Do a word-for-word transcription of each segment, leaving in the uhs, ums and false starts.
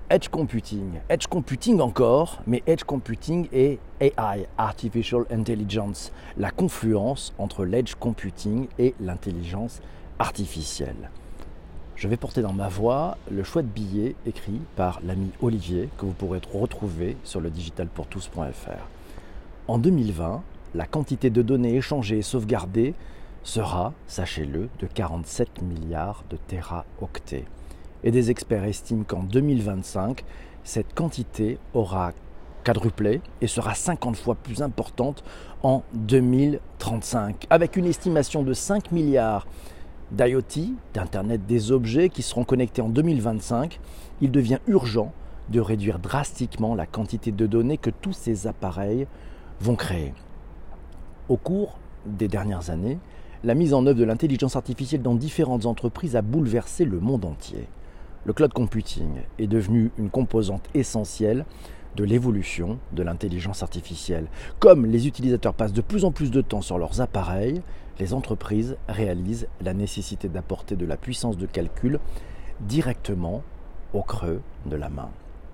Edge Computing. Edge Computing encore, mais Edge Computing et A I, Artificial Intelligence, la confluence entre l'Edge Computing et l'intelligence artificielle. Je vais porter dans ma voix le chouette billet écrit par l'ami Olivier que vous pourrez retrouver sur le digital pour tous point f r. En deux mille vingt, la quantité de données échangées et sauvegardées sera, sachez-le, de quarante-sept milliards de téraoctets. Et des experts estiment qu'en deux mille vingt-cinq, cette quantité aura quadruplé et sera cinquante fois plus importante en deux mille trente-cinq, avec une estimation de cinq milliards d'IoT, d'Internet des objets, qui seront connectés en deux mille vingt-cinq. Il devient urgent de réduire drastiquement la quantité de données que tous ces appareils vont créer. Au cours des dernières années, la mise en œuvre de l'intelligence artificielle dans différentes entreprises a bouleversé le monde entier. Le cloud computing est devenu une composante essentielle de l'évolution de l'intelligence artificielle. Comme les utilisateurs passent de plus en plus de temps sur leurs appareils, les entreprises réalisent la nécessité d'apporter de la puissance de calcul directement au creux de la main.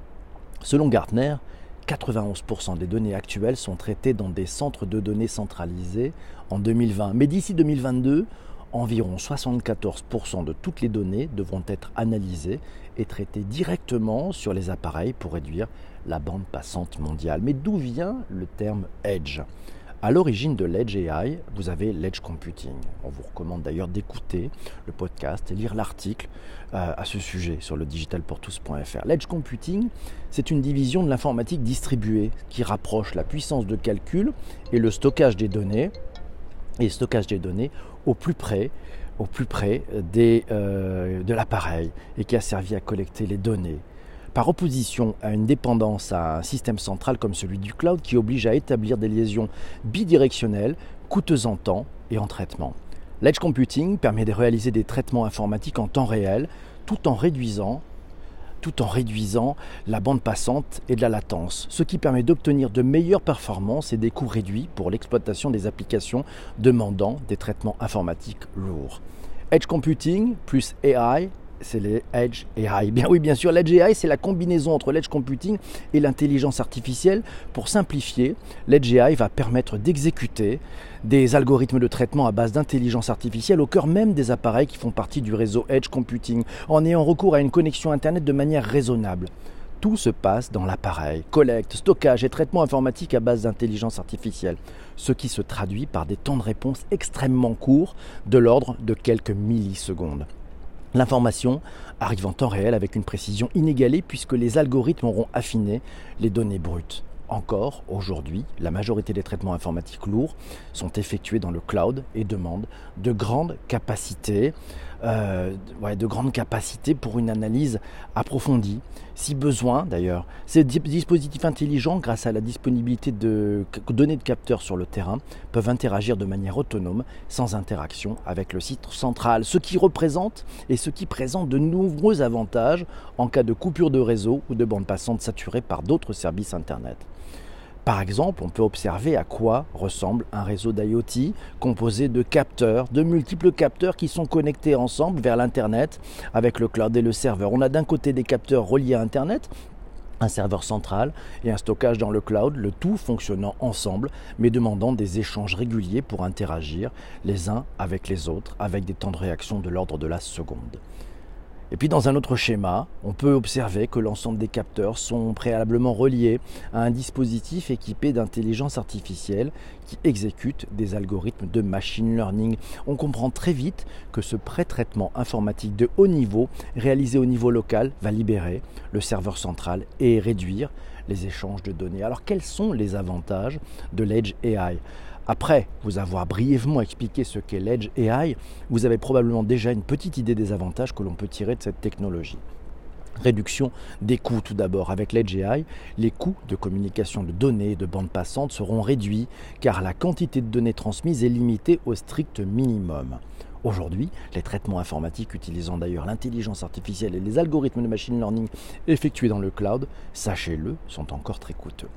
Selon Gartner, quatre-vingt-onze pour cent des données actuelles sont traitées dans des centres de données centralisés en deux mille vingt. Mais d'ici deux mille vingt-deux, environ soixante-quatorze pour cent de toutes les données devront être analysées et traitées directement sur les appareils pour réduire la bande passante mondiale. Mais d'où vient le terme Edge ? À l'origine de l'Edge A I, vous avez l'Edge Computing. On vous recommande d'ailleurs d'écouter le podcast et lire l'article euh, à ce sujet sur le digital pour tous point f r. L'Edge Computing, c'est une division de l'informatique distribuée qui rapproche la puissance de calcul et le stockage des données et le stockage des données au plus près, au plus près des, euh, de l'appareil et qui a servi à collecter les données. Par opposition à une dépendance à un système central comme celui du cloud qui oblige à établir des liaisons bidirectionnelles, coûteuses en temps et en traitement. L'Edge Computing permet de réaliser des traitements informatiques en temps réel tout en réduisant tout en réduisant la bande passante et de la latence, ce qui permet d'obtenir de meilleures performances et des coûts réduits pour l'exploitation des applications demandant des traitements informatiques lourds. Edge Computing plus A I, c'est les Edge A I. Bien oui, bien sûr, l'Edge A I, c'est la combinaison entre l'Edge Computing et l'intelligence artificielle. Pour simplifier, l'Edge A I va permettre d'exécuter des algorithmes de traitement à base d'intelligence artificielle au cœur même des appareils qui font partie du réseau Edge Computing, en ayant recours à une connexion Internet de manière raisonnable. Tout se passe dans l'appareil, collecte, stockage et traitement informatique à base d'intelligence artificielle, ce qui se traduit par des temps de réponse extrêmement courts, de l'ordre de quelques millisecondes. L'information arrive en temps réel avec une précision inégalée puisque les algorithmes auront affiné les données brutes. Encore aujourd'hui, la majorité des traitements informatiques lourds sont effectués dans le cloud et demandent de grandes capacités, euh, ouais, de grandes capacités pour une analyse approfondie. Si besoin, d'ailleurs, ces dispositifs intelligents, grâce à la disponibilité de données de capteurs sur le terrain, peuvent interagir de manière autonome, sans interaction avec le site central, ce qui représente et ce qui présente de nombreux avantages en cas de coupure de réseau ou de bande passante saturée par d'autres services Internet. Par exemple, on peut observer à quoi ressemble un réseau d'IoT composé de capteurs, de multiples capteurs qui sont connectés ensemble vers l'Internet avec le cloud et le serveur. On a d'un côté des capteurs reliés à Internet, un serveur central et un stockage dans le cloud, le tout fonctionnant ensemble mais demandant des échanges réguliers pour interagir les uns avec les autres avec des temps de réaction de l'ordre de la seconde. Et puis dans un autre schéma, on peut observer que l'ensemble des capteurs sont préalablement reliés à un dispositif équipé d'intelligence artificielle qui exécute des algorithmes de machine learning. On comprend très vite que ce pré-traitement informatique de haut niveau, réalisé au niveau local, va libérer le serveur central et réduire les échanges de données. Alors quels sont les avantages de l'Edge A I ? Après vous avoir brièvement expliqué ce qu'est l'Edge A I, vous avez probablement déjà une petite idée des avantages que l'on peut tirer de cette technologie. Réduction des coûts tout d'abord. Avec l'Edge A I, les coûts de communication de données et de bandes passantes seront réduits car la quantité de données transmises est limitée au strict minimum. Aujourd'hui, les traitements informatiques utilisant d'ailleurs l'intelligence artificielle et les algorithmes de machine learning effectués dans le cloud, sachez-le, sont encore très coûteux.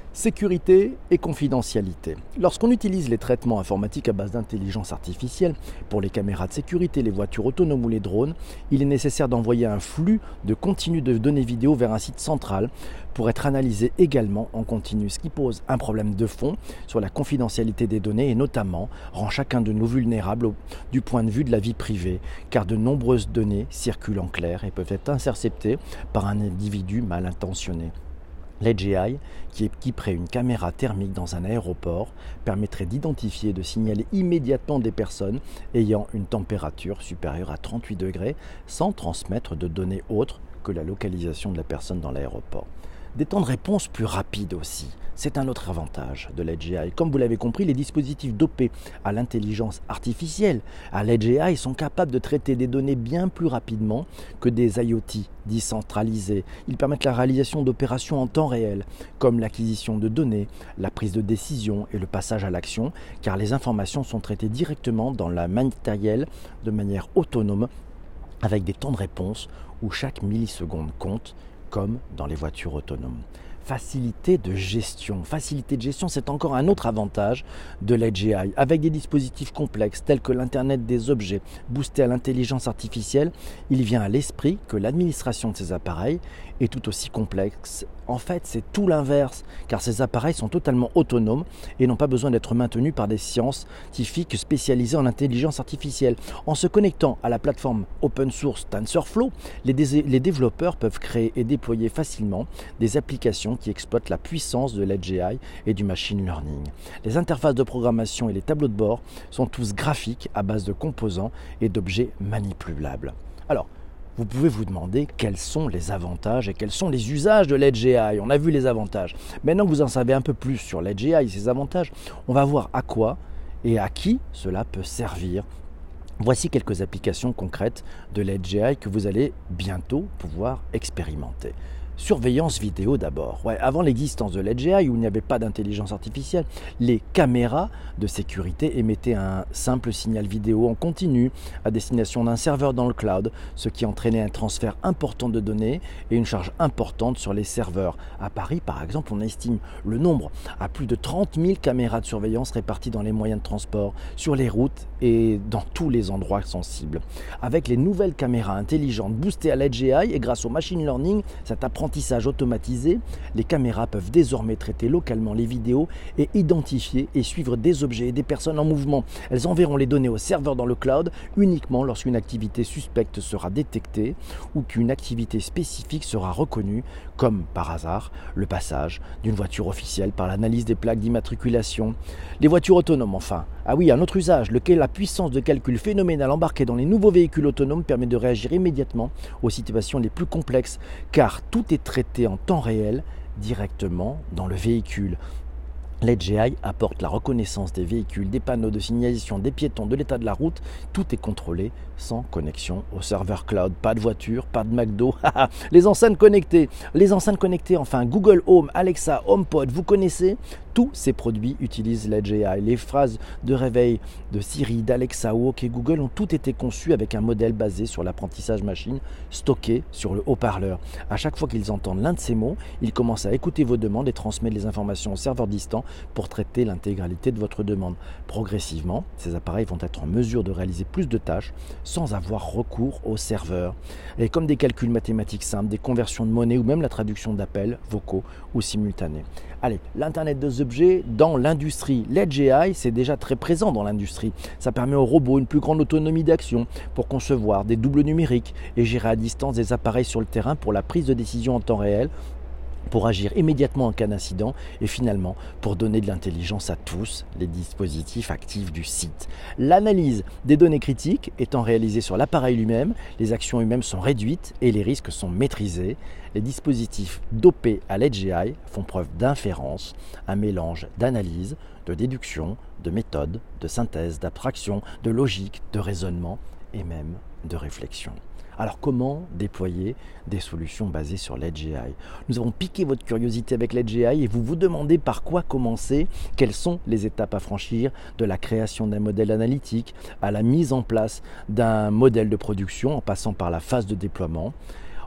Sécurité et confidentialité. Lorsqu'on utilise les traitements informatiques à base d'intelligence artificielle pour les caméras de sécurité, les voitures autonomes ou les drones, il est nécessaire d'envoyer un flux de continu de données vidéo vers un site central pour être analysé également en continu, ce qui pose un problème de fond sur la confidentialité des données et notamment rend chacun de nous vulnérables au, du point de vue de la vie privée, car de nombreuses données circulent en clair et peuvent être interceptées par un individu mal intentionné. L'Edge A I, qui équiperait une caméra thermique dans un aéroport, permettrait d'identifier et de signaler immédiatement des personnes ayant une température supérieure à trente-huit degrés sans transmettre de données autres que la localisation de la personne dans l'aéroport. Des temps de réponse plus rapides aussi, c'est un autre avantage de l'Edge A I. Comme vous l'avez compris, les dispositifs dopés à l'intelligence artificielle, à l'Edge A I, sont capables de traiter des données bien plus rapidement que des I O T décentralisés. Ils permettent la réalisation d'opérations en temps réel, comme l'acquisition de données, la prise de décision et le passage à l'action, car les informations sont traitées directement dans le matériel de manière autonome, avec des temps de réponse où chaque milliseconde compte, comme dans les voitures autonomes. Facilité de gestion. Facilité de gestion, c'est encore un autre avantage de l'Edge A I. Avec des dispositifs complexes tels que l'Internet des objets boosté à l'intelligence artificielle, il vient à l'esprit que l'administration de ces appareils est tout aussi complexe. En fait, c'est tout l'inverse, car ces appareils sont totalement autonomes et n'ont pas besoin d'être maintenus par des scientifiques spécialisés en intelligence artificielle. En se connectant à la plateforme open source TensorFlow, les, dé- les développeurs peuvent créer et déployer facilement des applications qui exploitent la puissance de l'Edge A I et du machine learning. Les interfaces de programmation et les tableaux de bord sont tous graphiques à base de composants et d'objets manipulables. Alors, vous pouvez vous demander quels sont les avantages et quels sont les usages de l'Edge A I. On a vu les avantages. Maintenant que vous en savez un peu plus sur l'Edge A I et ses avantages, on va voir à quoi et à qui cela peut servir. Voici quelques applications concrètes de l'Edge A I que vous allez bientôt pouvoir expérimenter. Surveillance vidéo d'abord. Ouais, avant l'existence de l'Edge A I, où il n'y avait pas d'intelligence artificielle, les caméras de sécurité émettaient un simple signal vidéo en continu à destination d'un serveur dans le cloud, ce qui entraînait un transfert important de données et une charge importante sur les serveurs. À Paris, par exemple, on estime le nombre à plus de trente mille caméras de surveillance réparties dans les moyens de transport, sur les routes et dans tous les endroits sensibles. Avec les nouvelles caméras intelligentes boostées à l'Edge A I et grâce au machine learning, cet apprentissage automatisé, les caméras peuvent désormais traiter localement les vidéos et identifier et suivre des objets et des personnes en mouvement. Elles enverront les données au serveur dans le cloud uniquement lorsqu'une activité suspecte sera détectée ou qu'une activité spécifique sera reconnue, comme par hasard le passage d'une voiture officielle par l'analyse des plaques d'immatriculation. Les voitures autonomes enfin. Ah oui, un autre usage, lequel la puissance de calcul phénoménale embarquée dans les nouveaux véhicules autonomes permet de réagir immédiatement aux situations les plus complexes, car tout est traité en temps réel directement dans le véhicule. L'Edge A I apporte la reconnaissance des véhicules, des panneaux de signalisation, des piétons, de l'état de la route. Tout est contrôlé sans connexion au serveur cloud. Pas de voiture, pas de McDo. Les enceintes connectées. Les enceintes connectées, enfin Google Home, Alexa, HomePod, vous connaissez ? Tous ces produits utilisent l'Edge A I. Les phrases de réveil de Siri, d'Alexa ou OK Google ont toutes été conçues avec un modèle basé sur l'apprentissage machine stocké sur le haut-parleur. À chaque fois qu'ils entendent l'un de ces mots, ils commencent à écouter vos demandes et transmettent les informations au serveur distant pour traiter l'intégralité de votre demande. Progressivement, ces appareils vont être en mesure de réaliser plus de tâches sans avoir recours au serveur. Et comme des calculs mathématiques simples, des conversions de monnaie ou même la traduction d'appels vocaux ou simultanés. Allez, l'Internet des objets dans l'industrie. L'Edge A I, c'est déjà très présent dans l'industrie. Ça permet aux robots une plus grande autonomie d'action pour concevoir des doubles numériques et gérer à distance des appareils sur le terrain pour la prise de décision en temps réel, pour agir immédiatement en cas d'incident et finalement pour donner de l'intelligence à tous les dispositifs actifs du site. L'analyse des données critiques étant réalisée sur l'appareil lui-même, les actions humaines sont réduites et les risques sont maîtrisés. Les dispositifs dopés à l'Edge A I font preuve d'inférence, un mélange d'analyse, de déduction, de méthode, de synthèse, d'abstraction, de logique, de raisonnement et même de réflexion. Alors comment déployer des solutions basées sur l'Edge A I ? Nous avons piqué votre curiosité avec l'Edge A I et vous vous demandez par quoi commencer, quelles sont les étapes à franchir de la création d'un modèle analytique à la mise en place d'un modèle de production en passant par la phase de déploiement.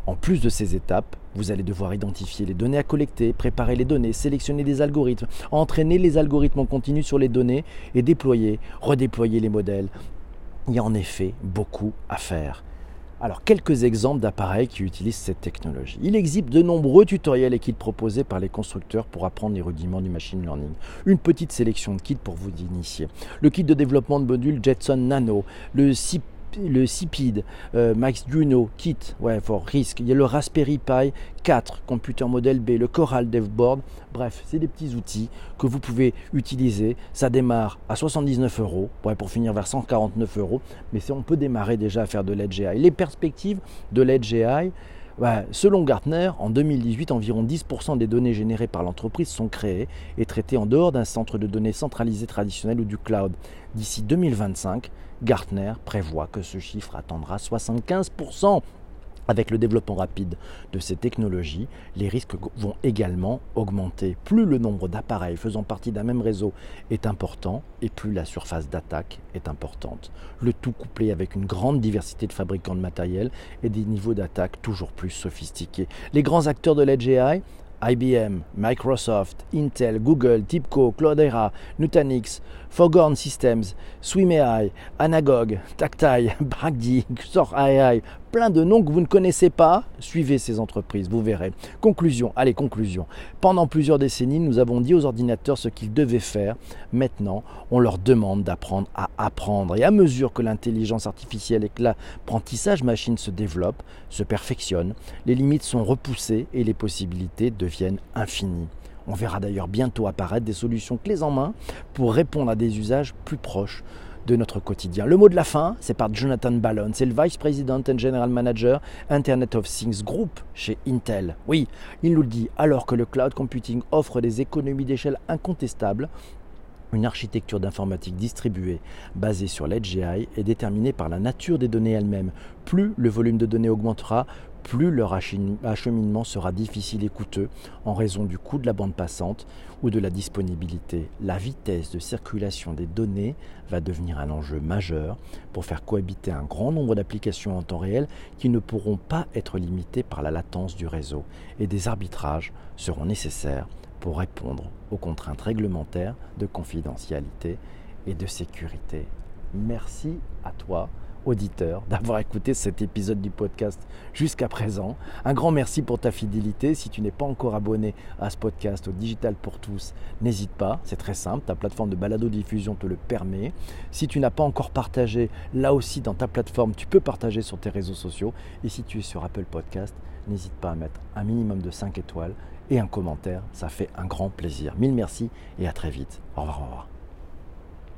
En plus de ces étapes, vous allez devoir identifier les données à collecter, préparer les données, sélectionner des algorithmes, entraîner les algorithmes en continu sur les données et déployer, redéployer les modèles. Il y a en effet beaucoup à faire. Alors, quelques exemples d'appareils qui utilisent cette technologie. Il existe de nombreux tutoriels et kits proposés par les constructeurs pour apprendre les rudiments du machine learning. Une petite sélection de kits pour vous initier. Le kit de développement de modules Jetson Nano, le C I P le C P I D, euh, Max Juno, Kit, ouais, for Risk, il y a le Raspberry Pi quatre, Computer Model B, le Coral Dev Board, bref, c'est des petits outils que vous pouvez utiliser. Ça démarre à soixante-dix-neuf euros, ouais, pour finir vers cent quarante-neuf euros, mais on peut démarrer déjà à faire de l'Edge A I. Les perspectives de l'Edge A I, ouais, selon Gartner, en deux mille dix-huit, environ dix pour cent des données générées par l'entreprise sont créées et traitées en dehors d'un centre de données centralisé traditionnel ou du cloud. D'ici deux mille vingt-cinq, Gartner prévoit que ce chiffre atteindra soixante-quinze pour cent. Avec le développement rapide de ces technologies, les risques vont également augmenter. Plus le nombre d'appareils faisant partie d'un même réseau est important et plus la surface d'attaque est importante. Le tout couplé avec une grande diversité de fabricants de matériel et des niveaux d'attaque toujours plus sophistiqués. Les grands acteurs de l'Edge A I, I B M, Microsoft, Intel, Google, TIBCO, Cloudera, Nutanix, Foghorn Systems, SwimAI, Anagog, Tactile, Bragdi, Xor A I, plein de noms que vous ne connaissez pas. Suivez ces entreprises, vous verrez. Conclusion, allez, conclusion. Pendant plusieurs décennies, nous avons dit aux ordinateurs ce qu'ils devaient faire. Maintenant, on leur demande d'apprendre à apprendre. Et à mesure que l'intelligence artificielle et que l'apprentissage machine se développe, se perfectionne, les limites sont repoussées et les possibilités deviennent infinies. On verra d'ailleurs bientôt apparaître des solutions clés en main pour répondre à des usages plus proches de notre quotidien. Le mot de la fin, c'est par Jonathan Ballon, c'est le Vice President and General Manager Internet of Things Group chez Intel. Oui, il nous le dit, alors que le cloud computing offre des économies d'échelle incontestables, une architecture d'informatique distribuée basée sur l'Edge A I est déterminée par la nature des données elles-mêmes. Plus le volume de données augmentera, plus leur acheminement sera difficile et coûteux en raison du coût de la bande passante ou de la disponibilité. La vitesse de circulation des données va devenir un enjeu majeur pour faire cohabiter un grand nombre d'applications en temps réel qui ne pourront pas être limitées par la latence du réseau. Et des arbitrages seront nécessaires pour répondre aux contraintes réglementaires de confidentialité et de sécurité. Merci à toi, auditeur, d'avoir écouté cet épisode du podcast jusqu'à présent. Un grand merci pour ta fidélité. Si tu n'es pas encore abonné à ce podcast au Digital pour tous, n'hésite pas, c'est très simple, ta plateforme de balado-diffusion te le permet. Si tu n'as pas encore partagé, là aussi dans ta plateforme, tu peux partager sur tes réseaux sociaux. Et si tu es sur Apple Podcast, n'hésite pas à mettre un minimum de cinq étoiles et un commentaire, ça fait un grand plaisir. Mille merci et à très vite. Au revoir, au revoir.